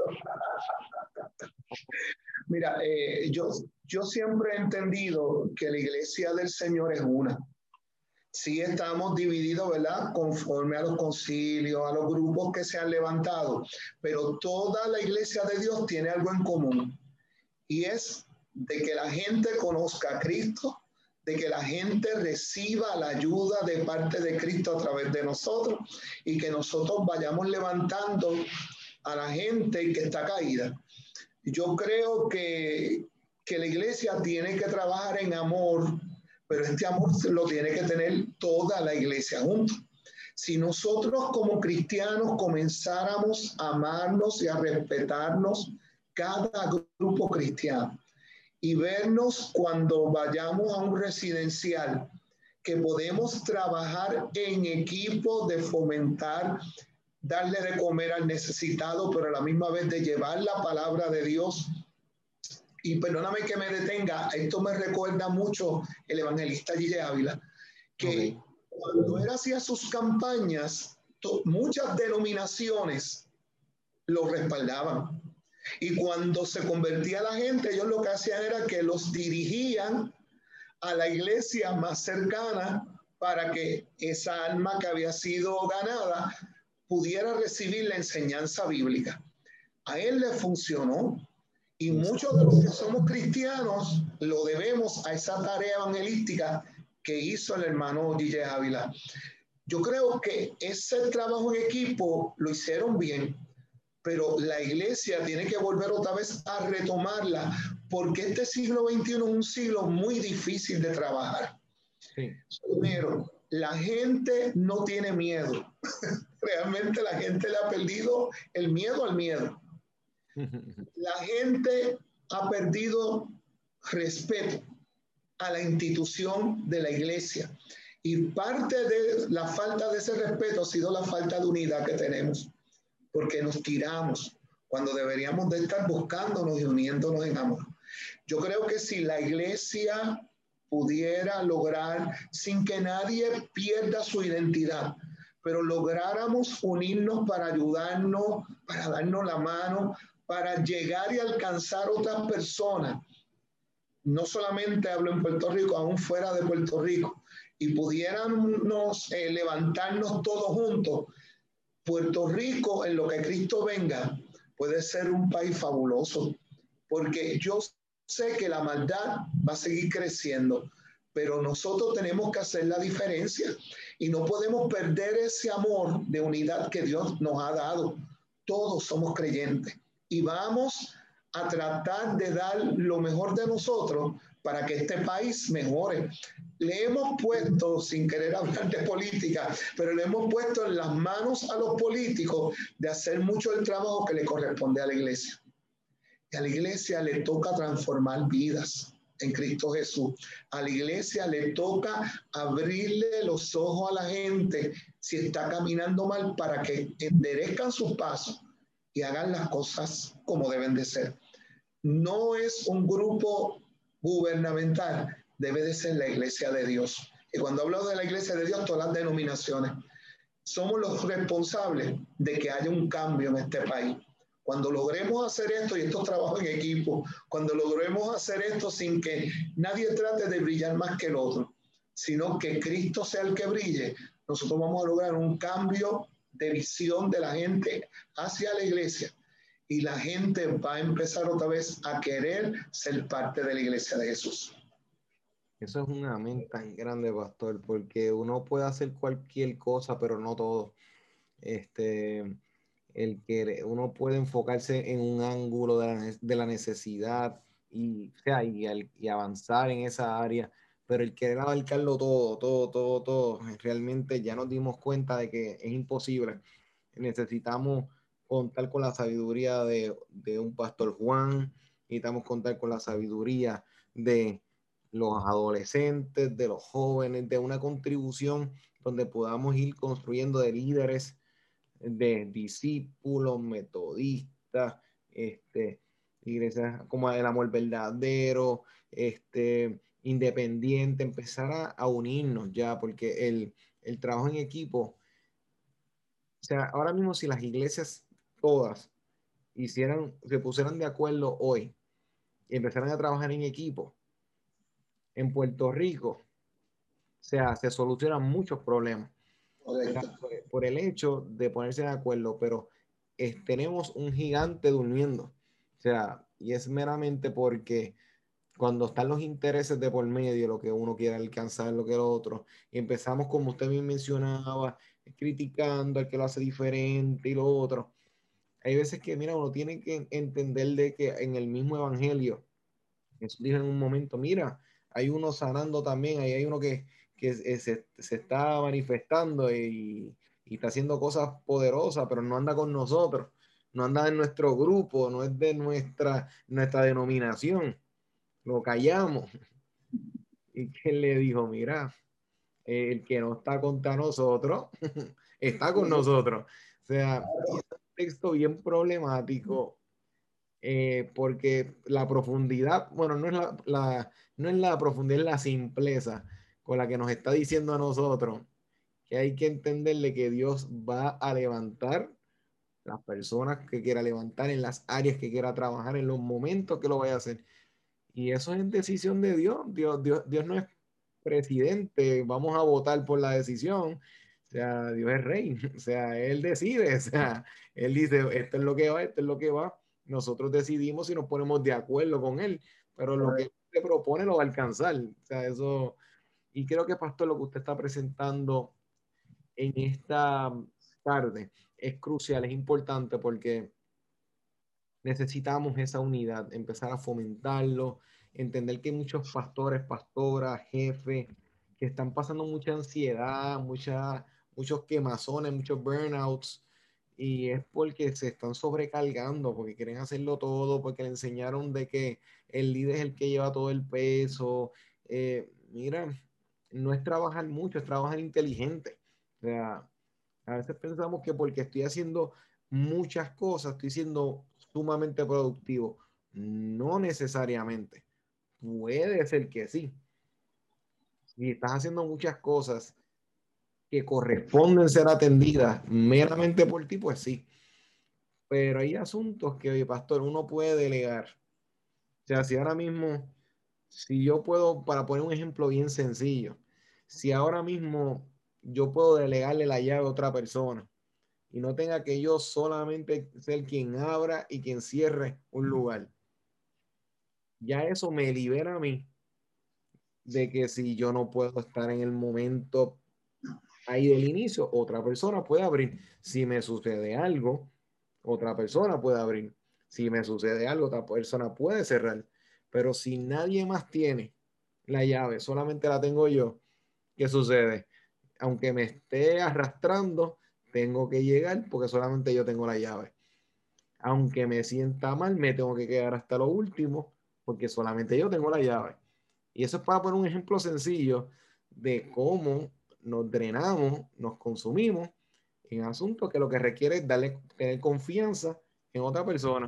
Mira, yo siempre he entendido que la iglesia del Señor es una. Sí estamos divididos, ¿verdad? Conforme a los concilios, a los grupos que se han levantado, pero toda la iglesia de Dios tiene algo en común y es de que la gente conozca a Cristo, de que la gente reciba la ayuda de parte de Cristo a través de nosotros y que nosotros vayamos levantando a la gente que está caída. Yo creo que la iglesia tiene que trabajar en amor, pero este amor lo tiene que tener toda la iglesia junto. Si nosotros como cristianos comenzáramos a amarnos y a respetarnos cada grupo cristiano y vernos cuando vayamos a un residencial, que podemos trabajar en equipo de fomentar, darle de comer al necesitado, pero a la misma vez de llevar la palabra de Dios. Y perdóname que me detenga, esto me recuerda mucho el evangelista Gille Ávila, que cuando él hacía sus campañas, muchas denominaciones lo respaldaban. Y cuando se convertía la gente, ellos lo que hacían era que los dirigían a la iglesia más cercana para que esa alma que había sido ganada pudiera recibir la enseñanza bíblica. A él le funcionó y muchos de los que somos cristianos lo debemos a esa tarea evangelística que hizo el hermano Gille Ávila. Yo creo que ese trabajo en equipo lo hicieron bien, pero la iglesia tiene que volver otra vez a retomarla, porque este siglo XXI es un siglo muy difícil de trabajar. Sí. Primero, la gente no tiene miedo. Realmente la gente le ha perdido el miedo al miedo. La gente ha perdido respeto a la institución de la iglesia. Y parte de la falta de ese respeto ha sido la falta de unidad que tenemos, porque nos tiramos cuando deberíamos de estar buscándonos y uniéndonos en amor. Yo creo que si la iglesia pudiera lograr, sin que nadie pierda su identidad, pero lográramos unirnos para ayudarnos, para darnos la mano, para llegar y alcanzar otras personas, no solamente hablo en Puerto Rico, aún fuera de Puerto Rico, y pudiéramos levantarnos todos juntos, Puerto Rico, en lo que Cristo venga, puede ser un país fabuloso, porque yo sé que la maldad va a seguir creciendo, pero nosotros tenemos que hacer la diferencia y no podemos perder ese amor de unidad que Dios nos ha dado. Todos somos creyentes y vamos a tratar de dar lo mejor de nosotros para que este país mejore. Le hemos puesto, sin querer hablar de política, pero le hemos puesto en las manos a los políticos de hacer mucho el trabajo que le corresponde a la iglesia. Y a la iglesia le toca transformar vidas en Cristo Jesús. A la iglesia le toca abrirle los ojos a la gente si está caminando mal para que enderezcan sus pasos y hagan las cosas como deben de ser. No es un grupo gubernamental, debe de ser la iglesia de Dios. Y cuando hablo de la iglesia de Dios, todas las denominaciones, somos los responsables de que haya un cambio en este país. Cuando logremos hacer esto, y esto es trabajo en equipo, cuando logremos hacer esto sin que nadie trate de brillar más que el otro, sino que Cristo sea el que brille, nosotros vamos a lograr un cambio de visión de la gente hacia la iglesia. Y la gente va a empezar otra vez a querer ser parte de la iglesia de Jesús. Eso es un amén tan grande, pastor, porque uno puede hacer cualquier cosa, pero no todo. El que uno puede enfocarse en un ángulo de la necesidad y avanzar en esa área, pero el querer abarcarlo todo, realmente ya nos dimos cuenta de que es imposible. Necesitamos contar con la sabiduría de un pastor Juan, necesitamos contar con la sabiduría de los adolescentes, de los jóvenes, de una contribución donde podamos ir construyendo de líderes, de discípulos, metodistas, iglesias como el amor verdadero, independiente, empezar a unirnos ya, porque el trabajo en equipo, o sea, ahora mismo si las iglesias todas se pusieran de acuerdo hoy y empezaran a trabajar en equipo, en Puerto Rico, o sea, se solucionan muchos problemas. Correcto. Por el hecho de ponerse de acuerdo, pero tenemos un gigante durmiendo. O sea, y es meramente porque cuando están los intereses de por medio, lo que uno quiere alcanzar, lo que el otro, y empezamos, como usted bien mencionaba, criticando al que lo hace diferente y lo otro, Hay veces que, mira, uno tiene que entender de que en el mismo evangelio, Jesús dijo en un momento, mira, hay uno sanando también, ahí hay uno que se está manifestando y está haciendo cosas poderosas, pero no anda con nosotros, no anda en nuestro grupo, no es de nuestra denominación, lo callamos. Y que él le dijo, mira, el que no está contra nosotros, está con nosotros. O sea, y es un texto bien problemático, porque la profundidad, bueno, no es la profundidad, es la simpleza con la que nos está diciendo a nosotros que hay que entenderle que Dios va a levantar las personas que quiera levantar en las áreas que quiera trabajar, en los momentos que lo vaya a hacer. Y eso es decisión de Dios. Dios no es presidente, vamos a votar por la decisión. O sea, Dios es rey, o sea, Él decide, o sea, Él dice, esto es lo que va, esto es lo que va. Nosotros decidimos si nos ponemos de acuerdo con Él, pero lo que Él se propone lo va a alcanzar. O sea, eso, y creo que, Pastor, lo que usted está presentando en esta tarde es crucial, es importante porque necesitamos esa unidad, empezar a fomentarlo, entender que hay muchos pastores, pastoras, jefes, que están pasando mucha ansiedad, muchos quemazones, muchos burnouts, y es porque se están sobrecargando, porque quieren hacerlo todo, porque le enseñaron de que el líder es el que lleva todo el peso. Mira, no es trabajar mucho, es trabajar inteligente. O sea, a veces pensamos que porque estoy haciendo muchas cosas, estoy siendo sumamente productivo. No necesariamente. Puede ser que sí. Y estás haciendo muchas cosas que corresponden ser atendidas meramente por ti, pues sí. Pero hay asuntos que, oye, pastor, uno puede delegar. O sea, si ahora mismo, si yo puedo, para poner un ejemplo bien sencillo, si ahora mismo yo puedo delegarle la llave a otra persona, y no tenga que yo solamente ser quien abra y quien cierre un lugar. Ya eso me libera a mí de que si yo no puedo estar en el momento ahí del inicio, otra persona puede abrir. Si me sucede algo, otra persona puede abrir. Si me sucede algo, otra persona puede cerrar. Pero si nadie más tiene la llave, solamente la tengo yo, ¿qué sucede? Aunque me esté arrastrando, tengo que llegar porque solamente yo tengo la llave. Aunque me sienta mal, me tengo que quedar hasta lo último porque solamente yo tengo la llave. Y eso es para poner un ejemplo sencillo de cómo nos drenamos, nos consumimos en asuntos que lo que requiere es tener confianza en otra persona.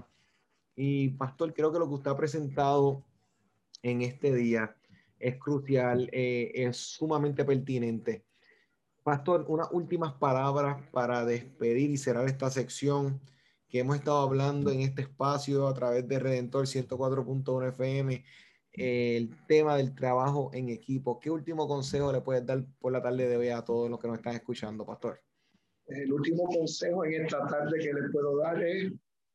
Y Pastor, creo que lo que usted ha presentado en este día es crucial, es sumamente pertinente. Pastor, unas últimas palabras para despedir y cerrar esta sección que hemos estado hablando en este espacio a través de Redentor 104.1 FM, el tema del trabajo en equipo. ¿Qué último consejo le puedes dar por la tarde de hoy a todos los que nos están escuchando, Pastor? El último consejo en esta tarde que les puedo dar es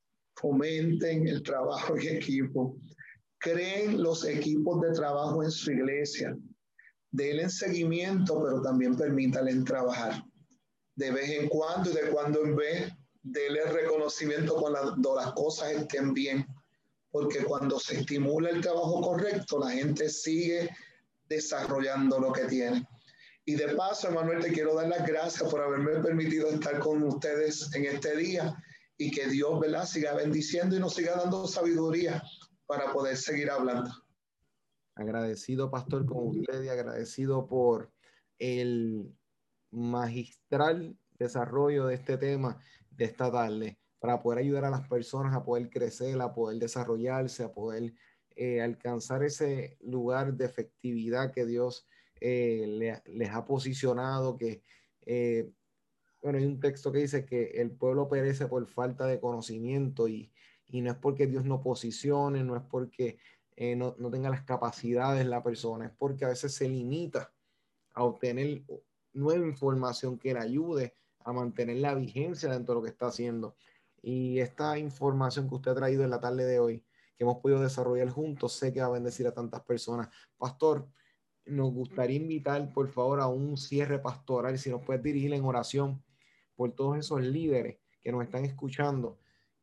fomenten el trabajo en equipo. Creen los equipos de trabajo en su iglesia. Denle seguimiento, pero también permítanle trabajar. De vez en cuando y de cuando en vez, denle reconocimiento cuando las cosas estén bien. Porque cuando se estimula el trabajo correcto, la gente sigue desarrollando lo que tiene. Y de paso, Emanuel, te quiero dar las gracias por haberme permitido estar con ustedes en este día y que Dios, ¿verdad?, siga bendiciendo y nos siga dando sabiduría para poder seguir hablando. Agradecido, Pastor, con usted y agradecido por el magistral desarrollo de este tema de esta tarde para poder ayudar a las personas a poder crecer, a poder desarrollarse, a poder alcanzar ese lugar de efectividad que Dios les ha posicionado, que bueno, hay un texto que dice que el pueblo perece por falta de conocimiento y no es porque Dios no posicione, no es porque no tenga las capacidades la persona, es porque a veces se limita a obtener nueva información que le ayude a mantener la vigencia dentro de lo que está haciendo. Y esta información que usted ha traído en la tarde de hoy, que hemos podido desarrollar juntos, sé que va a bendecir a tantas personas. Pastor, nos gustaría invitar, por favor, a un cierre pastoral, si nos puede dirigir en oración por todos esos líderes que nos están escuchando,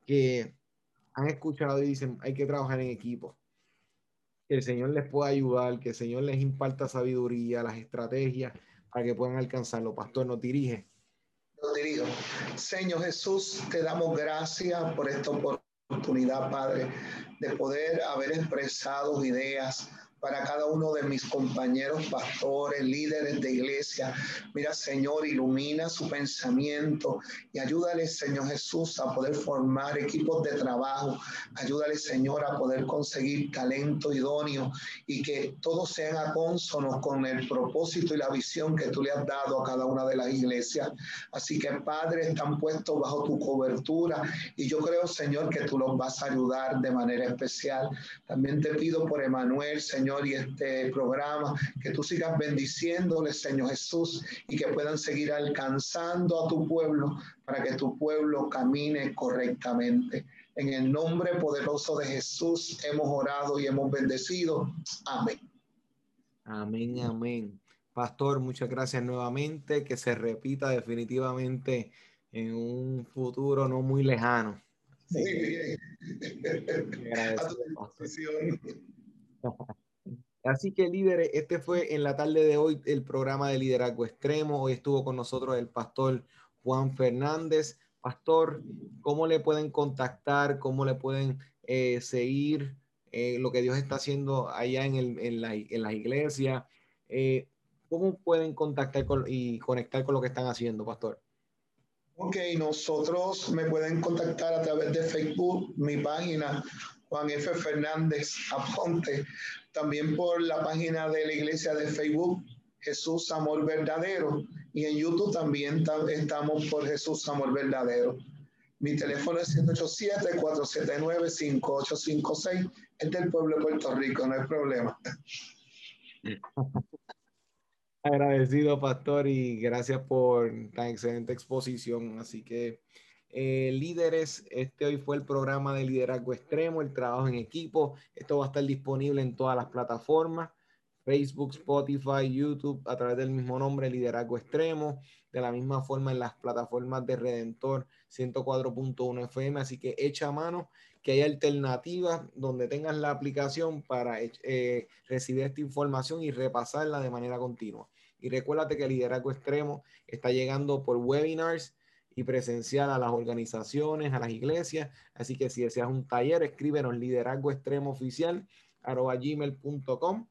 que han escuchado y dicen, hay que trabajar en equipo. Que el Señor les pueda ayudar, que el Señor les imparta sabiduría, las estrategias para que puedan alcanzarlo. Pastor, nos dirige. Lo dirijo. Señor Jesús, te damos gracias por esta oportunidad, Padre, de poder haber expresado ideas para cada uno de mis compañeros pastores, líderes de iglesia. Mira, Señor, ilumina su pensamiento y ayúdale, Señor Jesús, a poder formar equipos de trabajo. Ayúdale, Señor, a poder conseguir talento idóneo y que todos sean a consono con el propósito y la visión que tú le has dado a cada una de las iglesias. Así que, Padre, están puestos bajo tu cobertura y yo creo, Señor, que tú los vas a ayudar de manera especial. También te pido por Emanuel, Señor, y este programa, que tú sigas bendiciéndoles, Señor Jesús, y que puedan seguir alcanzando a tu pueblo para que tu pueblo camine correctamente. En el nombre poderoso de Jesús hemos orado y hemos bendecido. Amén. Amén, amén. Pastor, muchas gracias nuevamente. Que se repita definitivamente en un futuro no muy lejano. Muy bien. A tu disposición. Así que, líderes, este fue en la tarde de hoy el programa de Liderazgo Extremo. Hoy estuvo con nosotros el pastor Juan Fernández. Pastor, ¿cómo le pueden contactar? ¿Cómo le pueden seguir lo que Dios está haciendo allá en las iglesias? ¿Cómo pueden contactar y conectar con lo que están haciendo, pastor? Ok, nosotros me pueden contactar a través de Facebook, mi página, Juan F. Fernández Aponte, también por la página de la iglesia de Facebook, Jesús Amor Verdadero, y en YouTube también estamos por Jesús Amor Verdadero. Mi teléfono es 787-479-5856, es del pueblo de Puerto Rico, no hay problema. Agradecido, pastor, y gracias por tan excelente exposición. Así que, líderes, este hoy fue el programa de Liderazgo Extremo, el trabajo en equipo. Esto va a estar disponible en todas las plataformas, Facebook, Spotify, YouTube, a través del mismo nombre, Liderazgo Extremo. De la misma forma en las plataformas de Redentor 104.1 FM. Así que echa mano, que hay alternativas donde tengas la aplicación para recibir esta información y repasarla de manera continua. Y recuérdate que el Liderazgo Extremo está llegando por webinars y presencial a las organizaciones, a las iglesias. Así que si deseas un taller, escríbenos liderazgoextremooficial@gmail.com,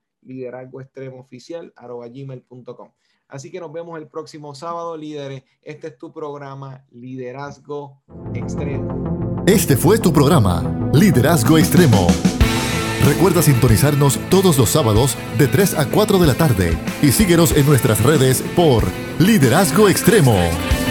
liderazgoextremooficial@gmail.com. Así que nos vemos el próximo sábado, líderes. Este es tu programa Liderazgo Extremo. Este fue tu programa Liderazgo Extremo. Recuerda sintonizarnos todos los sábados de 3 a 4 de la tarde y síguenos en nuestras redes por Liderazgo Extremo.